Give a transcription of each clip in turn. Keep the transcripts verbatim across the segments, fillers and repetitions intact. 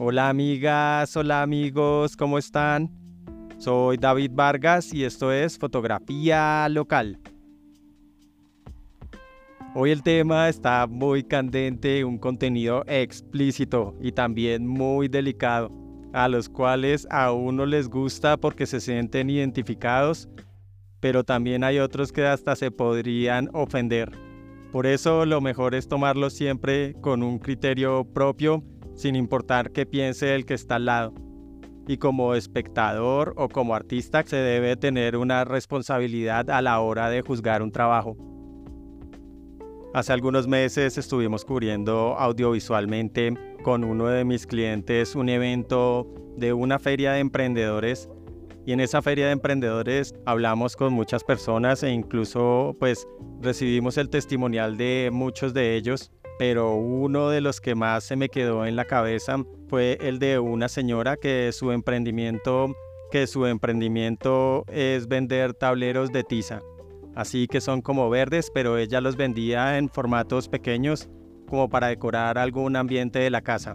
Hola amigas, hola amigos, ¿cómo están? Soy David Vargas y esto es Fotografía Local. Hoy el tema está muy candente, un contenido explícito y también muy delicado, a los cuales a uno les gusta porque se sienten identificados, pero también hay otros que hasta se podrían ofender. Por eso lo mejor es tomarlo siempre con un criterio propio, sin importar qué piense el que está al lado. Y como espectador o como artista se debe tener una responsabilidad a la hora de juzgar un trabajo. Hace algunos meses estuvimos cubriendo audiovisualmente con uno de mis clientes un evento de una feria de emprendedores, y en esa feria de emprendedores hablamos con muchas personas e incluso pues recibimos el testimonial de muchos de ellos, pero uno de los que más se me quedó en la cabeza fue el de una señora que su emprendimiento, que su emprendimiento es vender tableros de tiza. Así que son como verdes, pero ella los vendía en formatos pequeños como para decorar algún ambiente de la casa.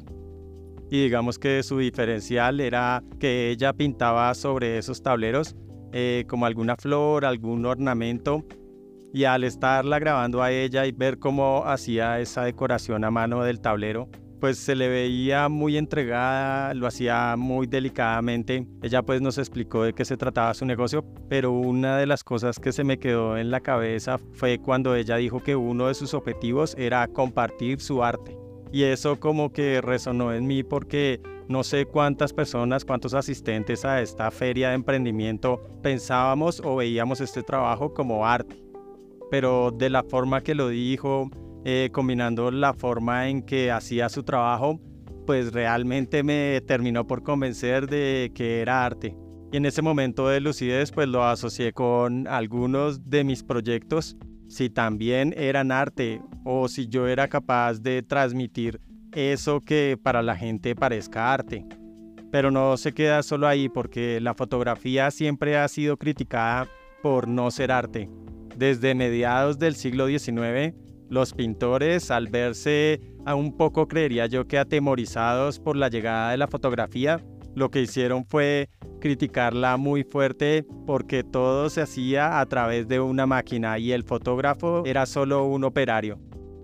Y digamos que su diferencial era que ella pintaba sobre esos tableros eh, como alguna flor, algún ornamento, y al estarla grabando a ella y ver cómo hacía esa decoración a mano del tablero, pues se le veía muy entregada, lo hacía muy delicadamente. Ella pues nos explicó de qué se trataba su negocio, pero una de las cosas que se me quedó en la cabeza fue cuando ella dijo que uno de sus objetivos era compartir su arte. Y eso como que resonó en mí porque no sé cuántas personas, cuántos asistentes a esta feria de emprendimiento pensábamos o veíamos este trabajo como arte. Pero de la forma que lo dijo, eh, combinando la forma en que hacía su trabajo, pues realmente me terminó por convencer de que era arte. Y en ese momento de lucidez pues lo asocié con algunos de mis proyectos, si también eran arte o si yo era capaz de transmitir eso que para la gente parezca arte. Pero no se queda solo ahí, porque la fotografía siempre ha sido criticada por no ser arte. Desde mediados del siglo diecinueve, los pintores, al verse a un poco, creería yo, que atemorizados por la llegada de la fotografía, lo que hicieron fue criticarla muy fuerte porque todo se hacía a través de una máquina y el fotógrafo era solo un operario.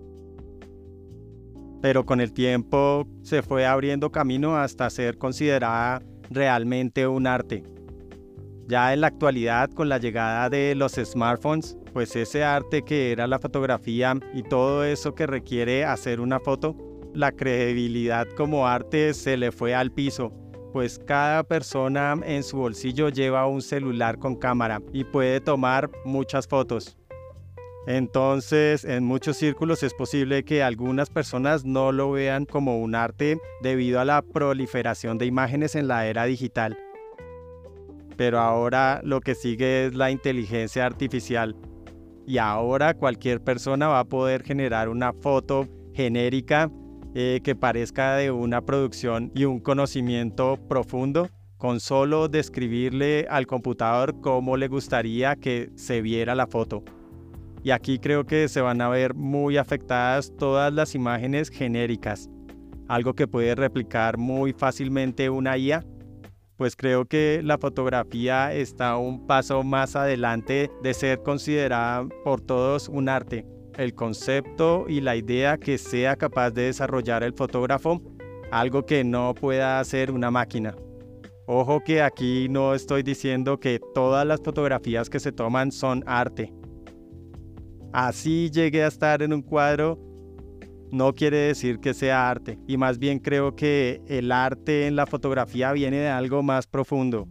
Pero con el tiempo se fue abriendo camino hasta ser considerada realmente un arte. Ya en la actualidad, con la llegada de los smartphones, pues ese arte que era la fotografía y todo eso que requiere hacer una foto, la credibilidad como arte se le fue al piso, pues cada persona en su bolsillo lleva un celular con cámara y puede tomar muchas fotos. Entonces, en muchos círculos es posible que algunas personas no lo vean como un arte debido a la proliferación de imágenes en la era digital. Pero ahora lo que sigue es la inteligencia artificial. Y ahora cualquier persona va a poder generar una foto genérica eh, que parezca de una producción y un conocimiento profundo, con solo describirle al computador cómo le gustaría que se viera la foto. Y aquí creo que se van a ver muy afectadas todas las imágenes genéricas, algo que puede replicar muy fácilmente una I A. Pues creo que la fotografía está un paso más adelante de ser considerada por todos un arte. El concepto y la idea que sea capaz de desarrollar el fotógrafo, algo que no pueda hacer una máquina. Ojo que aquí no estoy diciendo que todas las fotografías que se toman son arte. Así llegué a estar en un cuadro, no quiere decir que sea arte, y más bien creo que el arte en la fotografía viene de algo más profundo.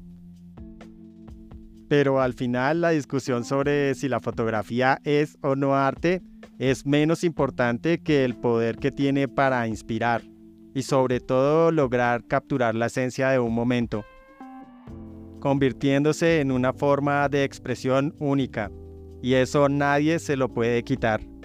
Pero al final la discusión sobre si la fotografía es o no arte es menos importante que el poder que tiene para inspirar y sobre todo lograr capturar la esencia de un momento, convirtiéndose en una forma de expresión única, y eso nadie se lo puede quitar.